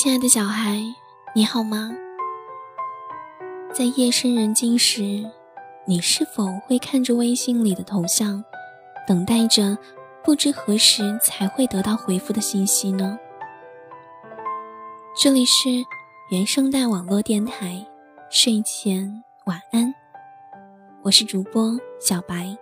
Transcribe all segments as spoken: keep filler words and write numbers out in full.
亲爱的小孩，你好吗？在夜深人静时，你是否会看着微信里的头像，等待着不知何时才会得到回复的信息呢？这里是原声带网络电台，睡前晚安，我是主播小白。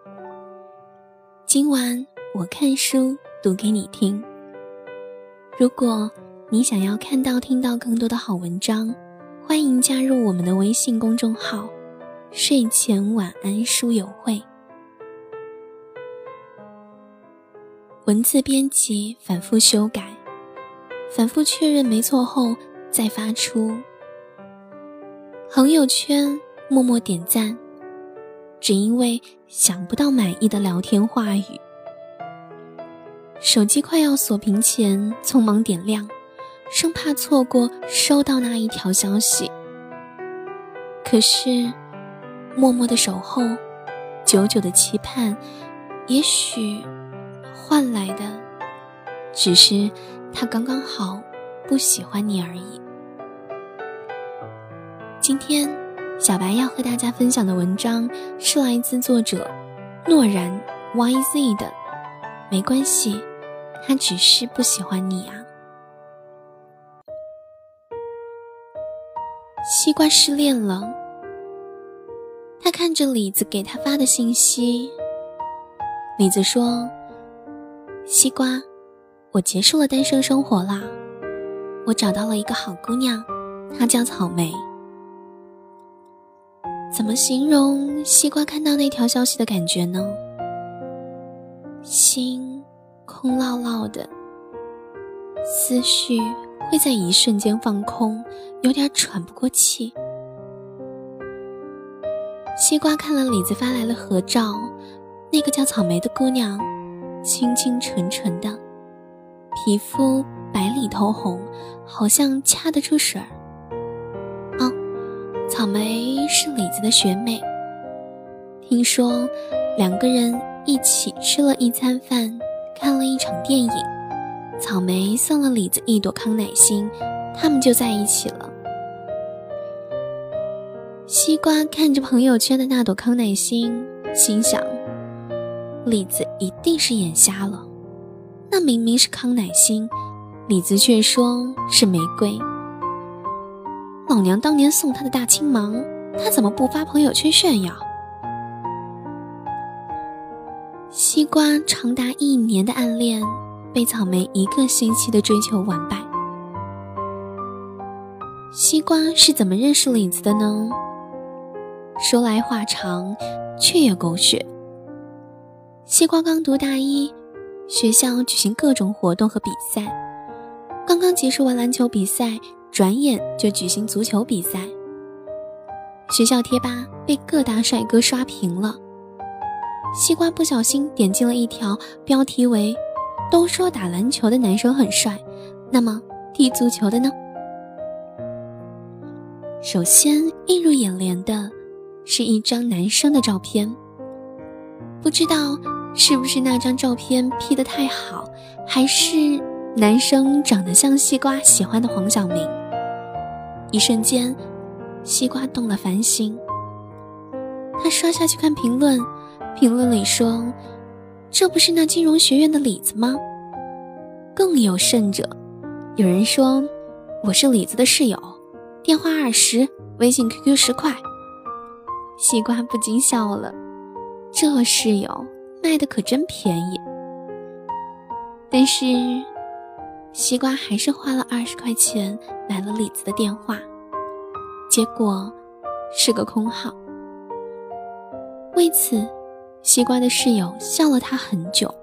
今晚我看书读给你听。如果你想要看到听到更多的好文章，欢迎加入我们的微信公众号睡前晚安书友会。文字编辑反复修改，反复确认没错后再发出。朋友圈默默点赞，只因为想不到满意的聊天话语。手机快要锁屏前匆忙点亮，生怕错过收到那一条消息。可是默默的守候，久久的期盼，也许换来的只是他刚刚好不喜欢你而已。今天小白要和大家分享的文章是来自作者诺然 Y Z 的没关系，他只是不喜欢你啊。西瓜失恋了，他看着李子给他发的信息。李子说，西瓜，我结束了单身生活啦，我找到了一个好姑娘，她叫草莓。怎么形容西瓜看到那条消息的感觉呢？心空落落的，思绪会在一瞬间放空，有点喘不过气。西瓜看了李子发来的合照，那个叫草莓的姑娘清清纯纯的，皮肤白里透红，好像掐得出水儿。哦，草莓是李子的学妹，听说两个人一起吃了一餐饭，看了一场电影，草莓送了李子一朵康乃馨，他们就在一起了。西瓜看着朋友圈的那朵康乃馨，心想，李子一定是眼瞎了，那明明是康乃馨，李子却说是玫瑰。老娘当年送他的大青芒，他怎么不发朋友圈炫耀？西瓜长达一年的暗恋被草莓一个星期的追求完败。西瓜是怎么认识李子的呢？说来话长，却也狗血。西瓜刚读大一，学校举行各种活动和比赛，刚刚结束完篮球比赛，转眼就举行足球比赛。学校贴吧被各大帅哥刷屏了。西瓜不小心点进了一条标题为都说打篮球的男生很帅，那么踢足球的呢？首先映入眼帘的是一张男生的照片，不知道是不是那张照片 P 得太好，还是男生长得像西瓜喜欢的黄晓明。一瞬间西瓜动了凡心，他刷下去看评论，评论里说，这不是那金融学院的李子吗？更有甚者，有人说，我是李子的室友，电话二十，微信 Q Q 十块。西瓜不禁笑了，这室友卖的可真便宜。但是西瓜还是花了二十块钱买了李子的电话，结果是个空号。为此西瓜的室友笑了他很久。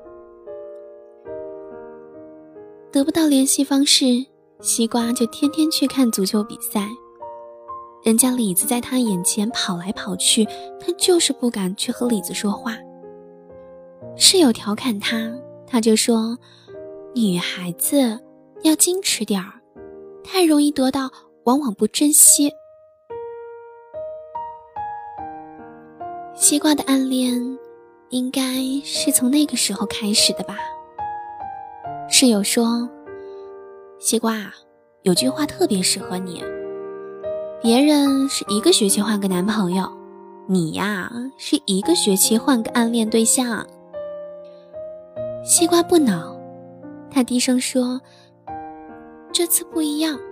得不到联系方式，西瓜就天天去看足球比赛。人家李子在他眼前跑来跑去，他就是不敢去和李子说话。室友调侃他，他就说，女孩子要矜持点儿，太容易得到往往不珍惜。西瓜的暗恋应该是从那个时候开始的吧。室友说，西瓜， 有句话特别适合你，别人是一个学期换个男朋友，你呀是一个学期换个暗恋对象。西瓜不恼，他低声说，这次不一样。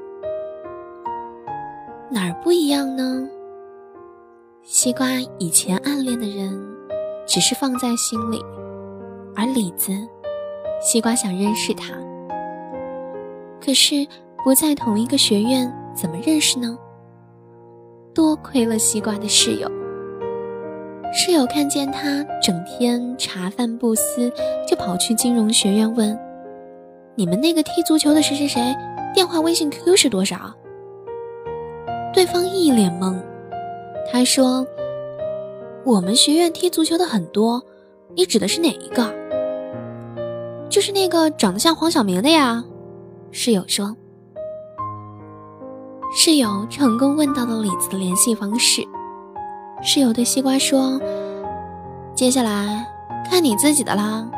哪儿不一样呢？西瓜以前暗恋的人只是放在心里，而李子，西瓜想认识他，可是不在同一个学院，怎么认识呢？多亏了西瓜的室友，室友看见他整天茶饭不思，就跑去金融学院问，你们那个踢足球的谁谁谁，电话微信 Q Q 是多少？对方一脸懵，他说，我们学院踢足球的很多，你指的是哪一个？就是那个长得像黄晓明的呀。室友说。室友成功问到了李子的联系方式。室友对西瓜说，接下来看你自己的啦。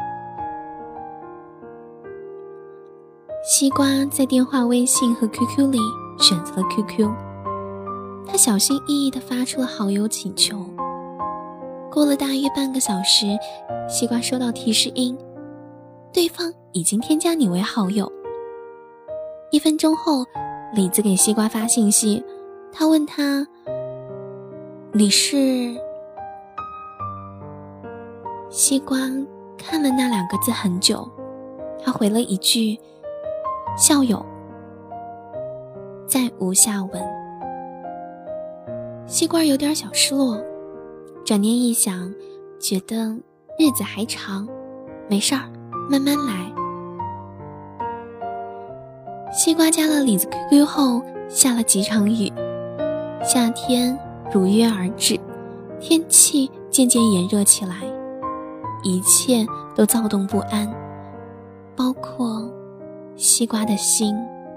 西瓜在电话微信和 Q Q 里选择了 Q Q， 他小心翼翼地发出了好友请求。过了大约半个小时，西瓜收到提示音，对方已经添加你为好友。一分钟后，李子给西瓜发信息，他问他，你是？西瓜看了那两个字很久，他回了一句，校友。再无下文。西瓜有点小失落，转念一想，觉得日子还长，没事儿，慢慢来。西瓜加了李子 Q Q 后，下了几场雨，夏天如约而至，天气渐渐炎热起来，一切都躁动不安，包括西瓜的心。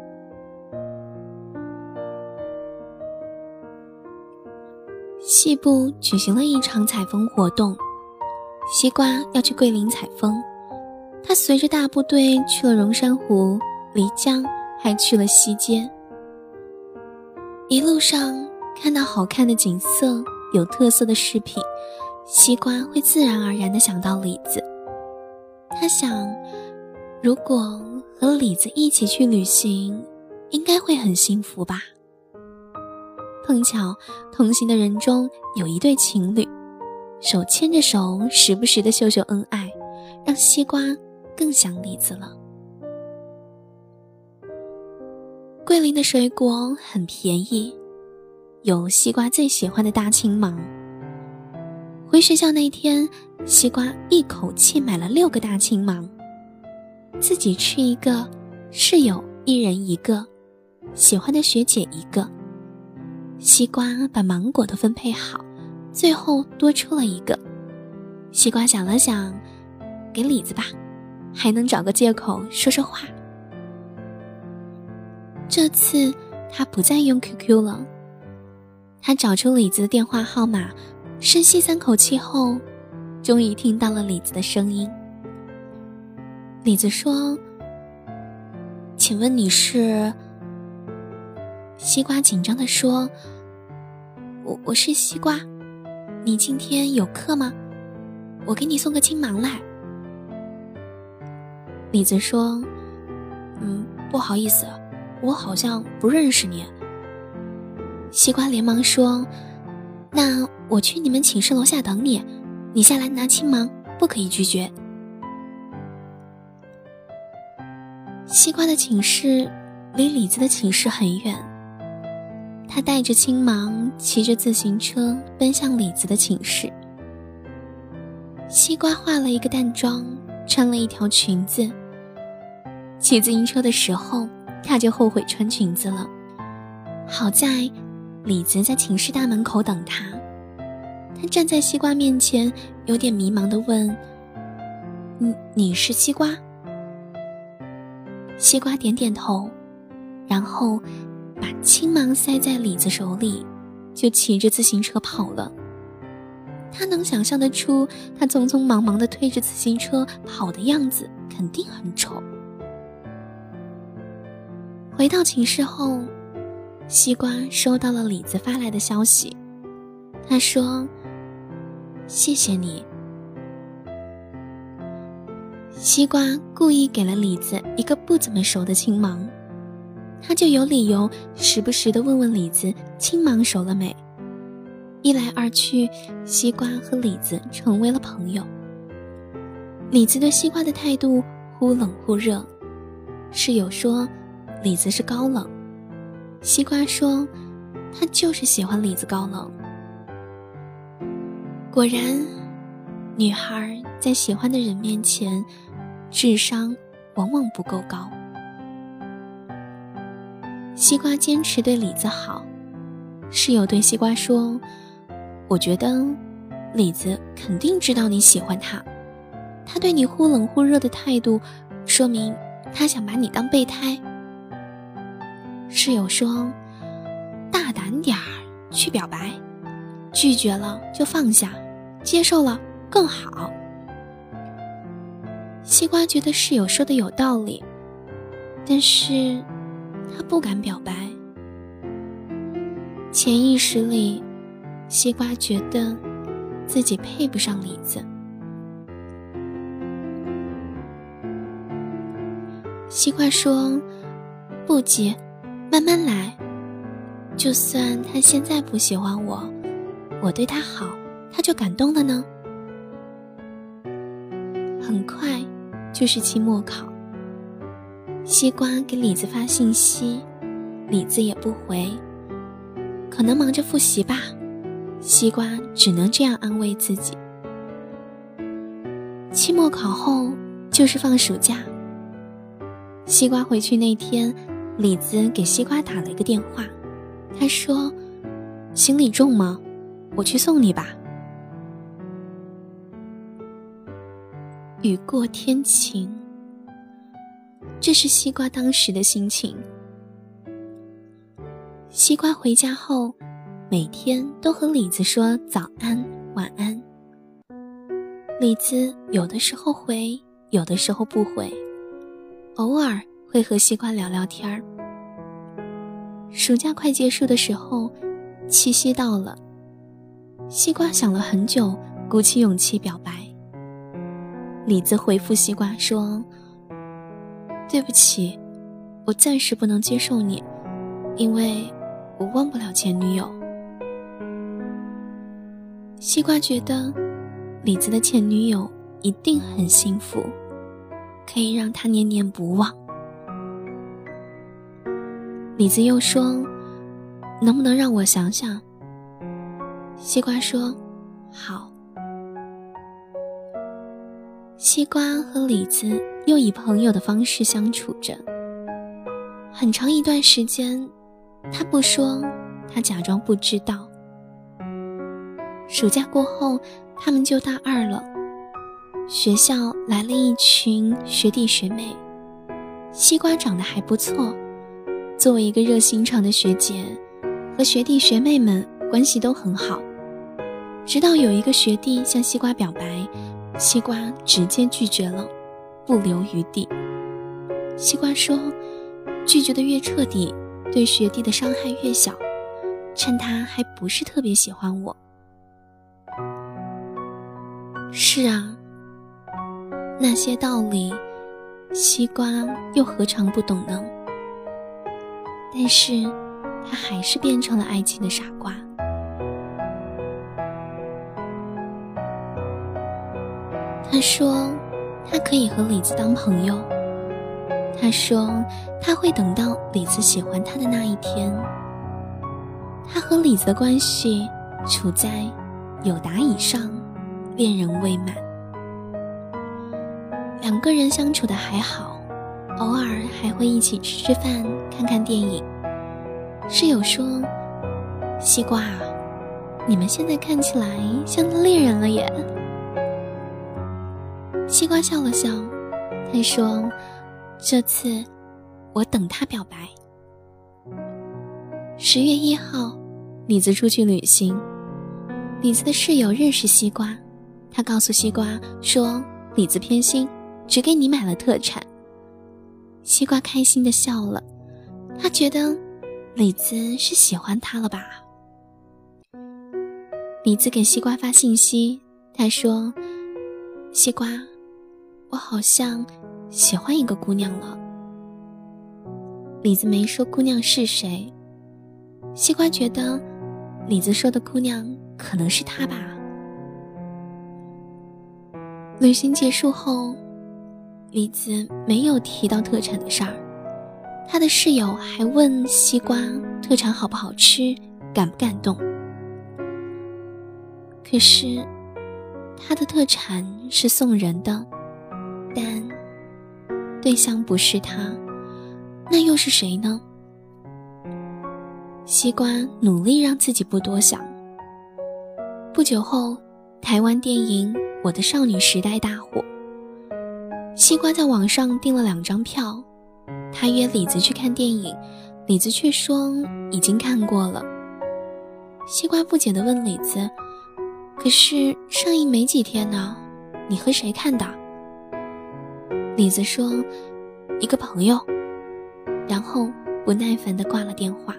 西部举行了一场采风活动，西瓜要去桂林采风，他随着大部队去了荣山湖、漓江，还去了西街。一路上看到好看的景色，有特色的饰品，西瓜会自然而然地想到李子。他想，如果和李子一起去旅行，应该会很幸福吧。碰巧同行的人中有一对情侣，手牵着手，时不时地秀秀恩爱，让西瓜更想李子了。桂林的水果很便宜，有西瓜最喜欢的大青芒。回学校那天，西瓜一口气买了六个大青芒，自己吃一个，室友一人一个，喜欢的学姐一个。西瓜把芒果都分配好，最后多出了一个。西瓜想了想，给李子吧，还能找个借口说说话。这次他不再用 Q Q 了，他找出李子的电话号码，深吸三口气后，终于听到了李子的声音。李子说，请问你是？西瓜紧张地说，我我是西瓜，你今天有课吗？我给你送个青芒来。李子说，嗯，不好意思，我好像不认识你。西瓜连忙说，那我去你们寝室楼下等你，你下来拿青芒，不可以拒绝。西瓜的寝室离李子的寝室很远，他带着青芒，骑着自行车奔向李子的寝室。西瓜化了一个淡妆，穿了一条裙子。骑自行车的时候，他就后悔穿裙子了。好在李子在寝室大门口等他，他站在西瓜面前，有点迷茫地问，你你是西瓜？西瓜点点头，然后把青芒塞在李子手里，就骑着自行车跑了。他能想象得出，他匆匆忙忙地推着自行车跑的样子肯定很丑。 回到寝室后，西瓜收到了李子发来的消息，他说：谢谢你。西瓜故意给了李子一个不怎么熟的亲盲，他就有理由时不时地问问李子亲盲熟了没。一来二去，西瓜和李子成为了朋友。李子对西瓜的态度忽冷忽热，室友说李子是高冷，西瓜说他就是喜欢李子高冷。果然，女孩在喜欢的人面前，智商往往不够高。西瓜坚持对李子好，室友对西瓜说：我觉得李子肯定知道你喜欢他，他对你忽冷忽热的态度，说明他想把你当备胎。室友说：大胆点儿，去表白，拒绝了就放下，接受了更好。西瓜觉得室友说的有道理，但是他不敢表白。潜意识里，西瓜觉得自己配不上李子。西瓜说：不急，慢慢来，就算他现在不喜欢我，我对他好，他就感动了呢。很快就是期末考，西瓜给李子发信息，李子也不回，可能忙着复习吧，西瓜只能这样安慰自己。期末考后就是放暑假，西瓜回去那天，李子给西瓜打了一个电话，他说：行李重吗？我去送你吧。雨过天晴，这是西瓜当时的心情。西瓜回家后，每天都和李子说早安晚安。李子有的时候回，有的时候不回，偶尔会和西瓜聊聊天儿。暑假快结束的时候，七夕到了，西瓜想了很久，鼓起勇气表白。李子回复西瓜说：对不起，我暂时不能接受你，因为我忘不了前女友。西瓜觉得李子的前女友一定很幸福，可以让他念念不忘。李子又说：能不能让我想想？西瓜说：好。西瓜和李子又以朋友的方式相处着，很长一段时间，他不说，他假装不知道。暑假过后，他们就大二了，学校来了一群学弟学妹，西瓜长得还不错，作为一个热心肠的学姐，和学弟学妹们关系都很好。直到有一个学弟向西瓜表白，西瓜直接拒绝了，不留余地。西瓜说，拒绝的越彻底，对学弟的伤害越小，趁他还不是特别喜欢我。是啊，那些道理，西瓜又何尝不懂呢？但是他还是变成了爱情的傻瓜。他说他可以和李子当朋友，他说他会等到李子喜欢他的那一天。他和李子的关系处在有达以上，恋人未满。两个人相处的还好，偶尔还会一起吃吃饭，看看电影。室友说，西瓜，你们现在看起来像恋人了耶。西瓜笑了笑，他说，这次我等他表白。十月一号，李子出去旅行，李子的室友认识西瓜，他告诉西瓜说，李子偏心，只给你买了特产。西瓜开心地笑了， 他觉得李子是喜欢他了吧。李子给西瓜发信息，他说：西瓜，我好像喜欢一个姑娘了。李子没说姑娘是谁，西瓜觉得李子说的姑娘可能是他吧。旅行结束后，李子没有提到特产的事儿，他的室友还问西瓜特产好不好吃，感不感动。可是他的特产是送人的，但对象不是他，那又是谁呢？西瓜努力让自己不多想。不久后，台湾电影《我的少女时代》大火，西瓜在网上订了两张票，他约李子去看电影，李子却说已经看过了。西瓜不解地问李子：可是上映没几天呢，你和谁看的？李子说：一个朋友，然后不耐烦地挂了电话。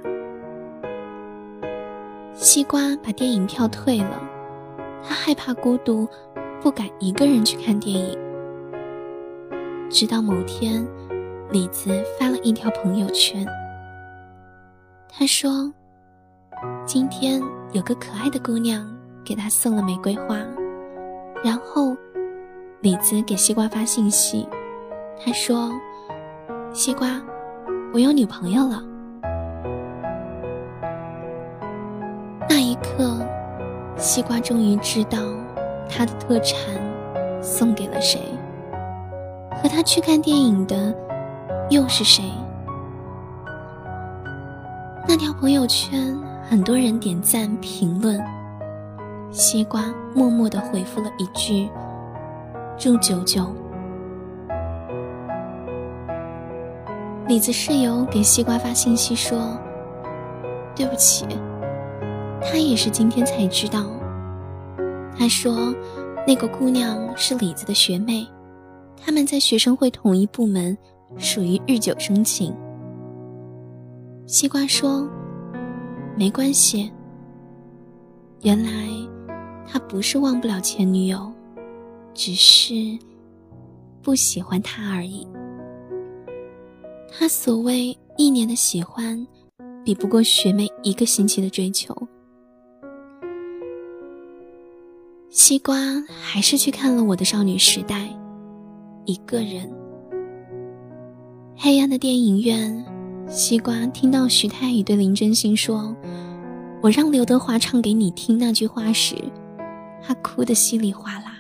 西瓜把电影票退了，他害怕孤独，不敢一个人去看电影。直到某天，李子发了一条朋友圈，他说：今天有个可爱的姑娘给他送了玫瑰花。然后李子给西瓜发信息，他说：西瓜，我有女朋友了。那一刻，西瓜终于知道他的特产送给了谁，和他去看电影的又是谁。那条朋友圈很多人点赞评论，西瓜默默地回复了一句：祝九九。李子室友给西瓜发信息说：对不起，他也是今天才知道。他说那个姑娘是李子的学妹，他们在学生会同一部门，属于日久生情。西瓜说没关系，原来他不是忘不了前女友，只是不喜欢他而已。他所谓一年的喜欢，比不过学妹一个星期的追求。西瓜还是去看了《我的少女时代》，一个人。黑暗的电影院，西瓜听到徐太宇对林真心说：我让刘德华唱给你听那句话时，他哭得稀里哗啦。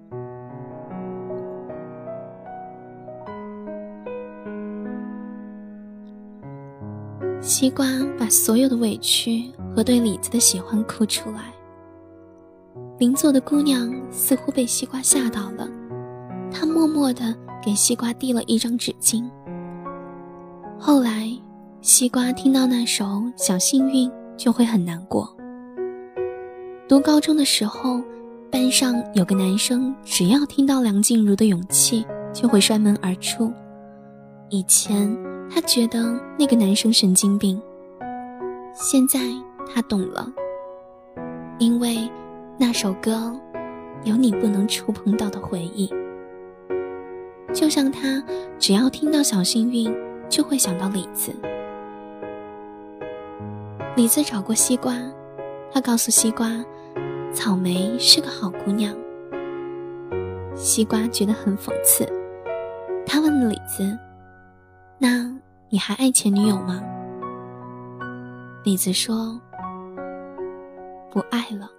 西瓜把所有的委屈和对李子的喜欢哭出来。邻座的姑娘似乎被西瓜吓到了，她默默地给西瓜递了一张纸巾。后来西瓜听到那首《小幸运》就会很难过。读高中的时候，班上有个男生只要听到梁静茹的勇气就会摔门而出。以前他觉得那个男生神经病，现在他懂了，因为那首歌有你不能触碰到的回忆。就像他只要听到小幸运就会想到李子。李子找过西瓜，他告诉西瓜草莓是个好姑娘。西瓜觉得很讽刺，他问李子：那你还爱前女友吗？李子说：不爱了。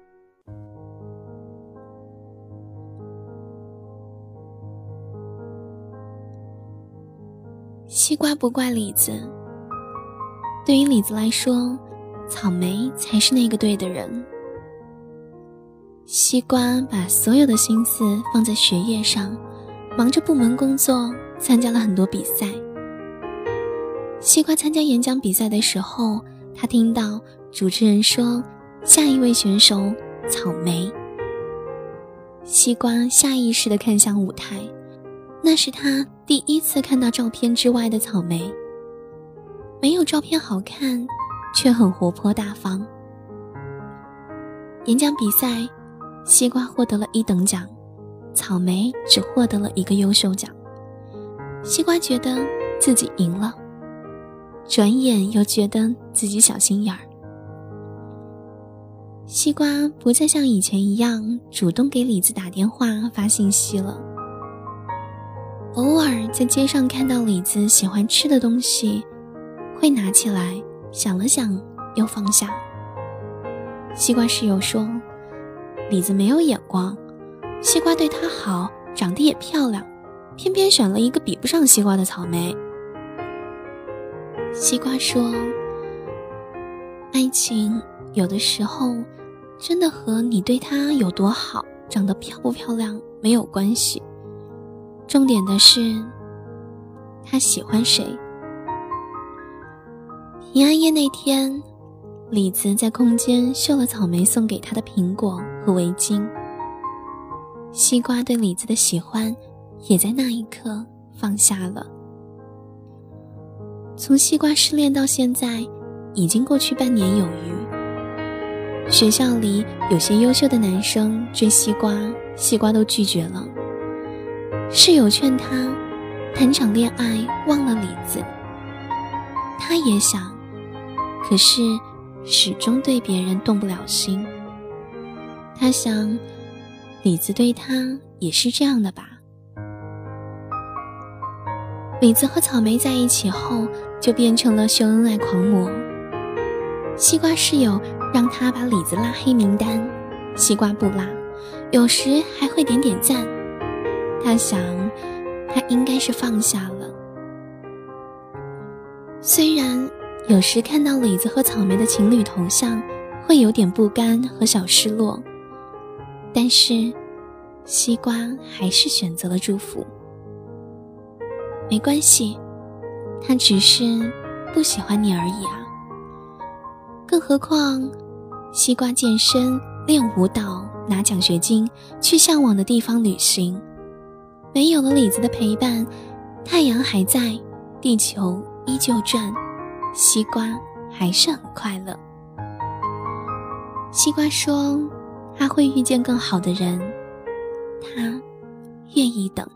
西瓜不怪李子，对于李子来说，草莓才是那个对的人。西瓜把所有的心思放在学业上，忙着部门工作，参加了很多比赛。西瓜参加演讲比赛的时候，他听到主持人说下一位选手草莓。西瓜下意识地看向舞台，那是他第一次看到照片之外的草莓。 没有照片好看，却很活泼大方。演讲比赛，西瓜获得了一等奖，草莓只获得了一个优秀奖。西瓜觉得自己赢了，转眼又觉得自己小心眼儿。西瓜不再像以前一样主动给李子打电话发信息了，偶尔在街上看到李子喜欢吃的东西，会拿起来想了想又放下。西瓜室友说，李子没有眼光，西瓜对她好，长得也漂亮，偏偏选了一个比不上西瓜的草莓。西瓜说，爱情有的时候真的和你对他有多好，长得漂不漂亮没有关系，重点的是他喜欢谁。平安夜那天，李子在空间绣了草莓送给他的苹果和围巾，西瓜对李子的喜欢也在那一刻放下了。从西瓜失恋到现在已经过去半年有余，学校里有些优秀的男生追西瓜，西瓜都拒绝了。室友劝他谈场恋爱忘了李子，他也想，可是始终对别人动不了心。他想，李子对他也是这样的吧。李子和草莓在一起后就变成了秀恩爱狂魔，西瓜室友让他把李子拉黑名单，西瓜不拉，有时还会点点赞。他想，他应该是放下了。虽然有时看到李子和草莓的情侣头像会有点不甘和小失落，但是西瓜还是选择了祝福。没关系，他只是不喜欢你而已啊。更何况西瓜健身、练舞蹈、拿奖学金，去向往的地方旅行，没有了李子的陪伴，太阳还在，地球依旧转，西瓜还是很快乐。西瓜说他会遇见更好的人，他愿意等。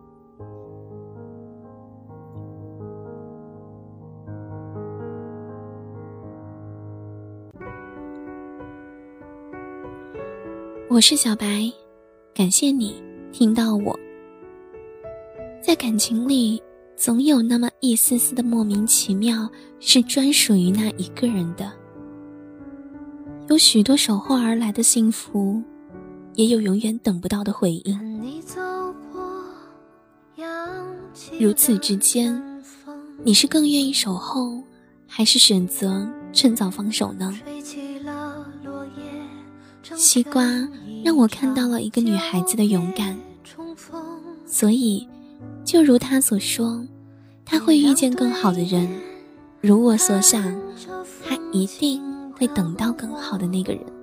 我是小白，感谢你听到我。在感情里，总有那么一丝丝的莫名其妙，是专属于那一个人的。有许多守候而来的幸福，也有永远等不到的回应。如此之间，你是更愿意守候，还是选择趁早放手呢？西瓜让我看到了一个女孩子的勇敢，所以就如她所说，她会遇见更好的人，如我所想，她一定会等到更好的那个人。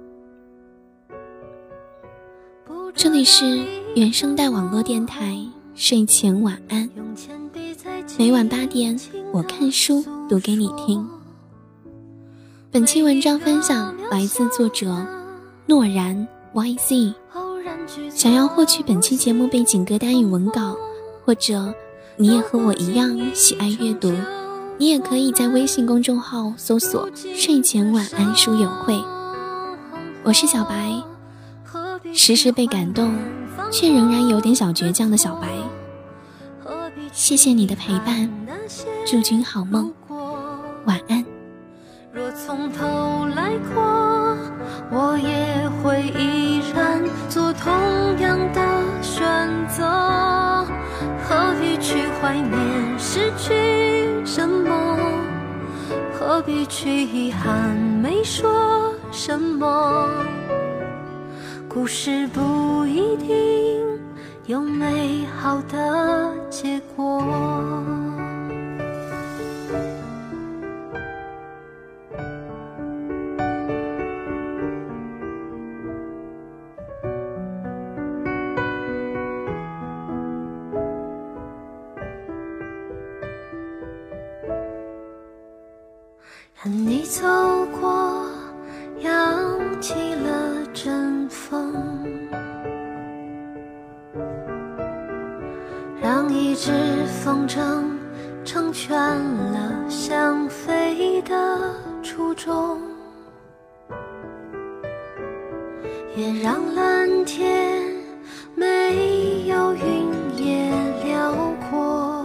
这里是原声带网络电台，睡前晚安，每晚八点我看书读给你听。本期文章分享来自作者诺然 Y Z。 想要获取本期节目背景歌单与文稿，或者你也和我一样喜爱阅读，你也可以在微信公众号搜索睡前晚安书友会。我是小白，时时被感动却仍然有点小倔强的小白。谢谢你的陪伴，祝君好梦，晚安。 若从头来过，我也会依然做同样的选择。何必去怀念失去什么？何必去遗憾没说什么？故事不一定有美好的结果。 看你走过，扬起了阵风，让一只风筝成全了想飞的初衷，也让蓝天没有云也辽阔，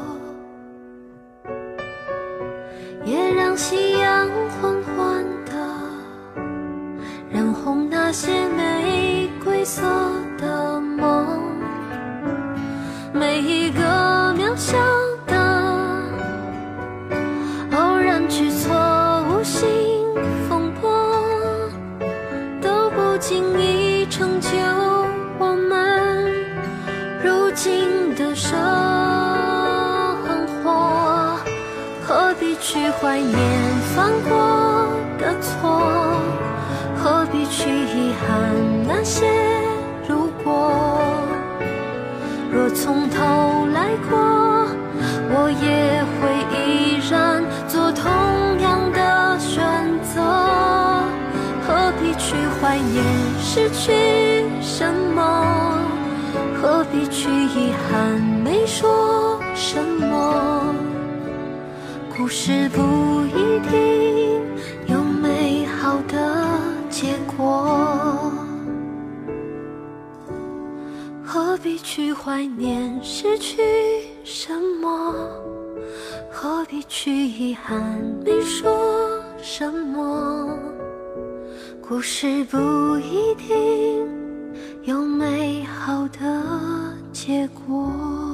也让夕阳缓缓地染红那些玫瑰色的梦，每一个渺小的偶然举措无心风波，都不经意成就我们如今的生活。何必去怀念犯过的错，何必去遗憾那些如果，若从头来过，我也会依然做同样的选择。何必去怀念失去什么，何必去遗憾没说什么，故事不一定有美好的结果。何必去怀念失去什么，何必去遗憾没说什么，故事不一定有美好的结果。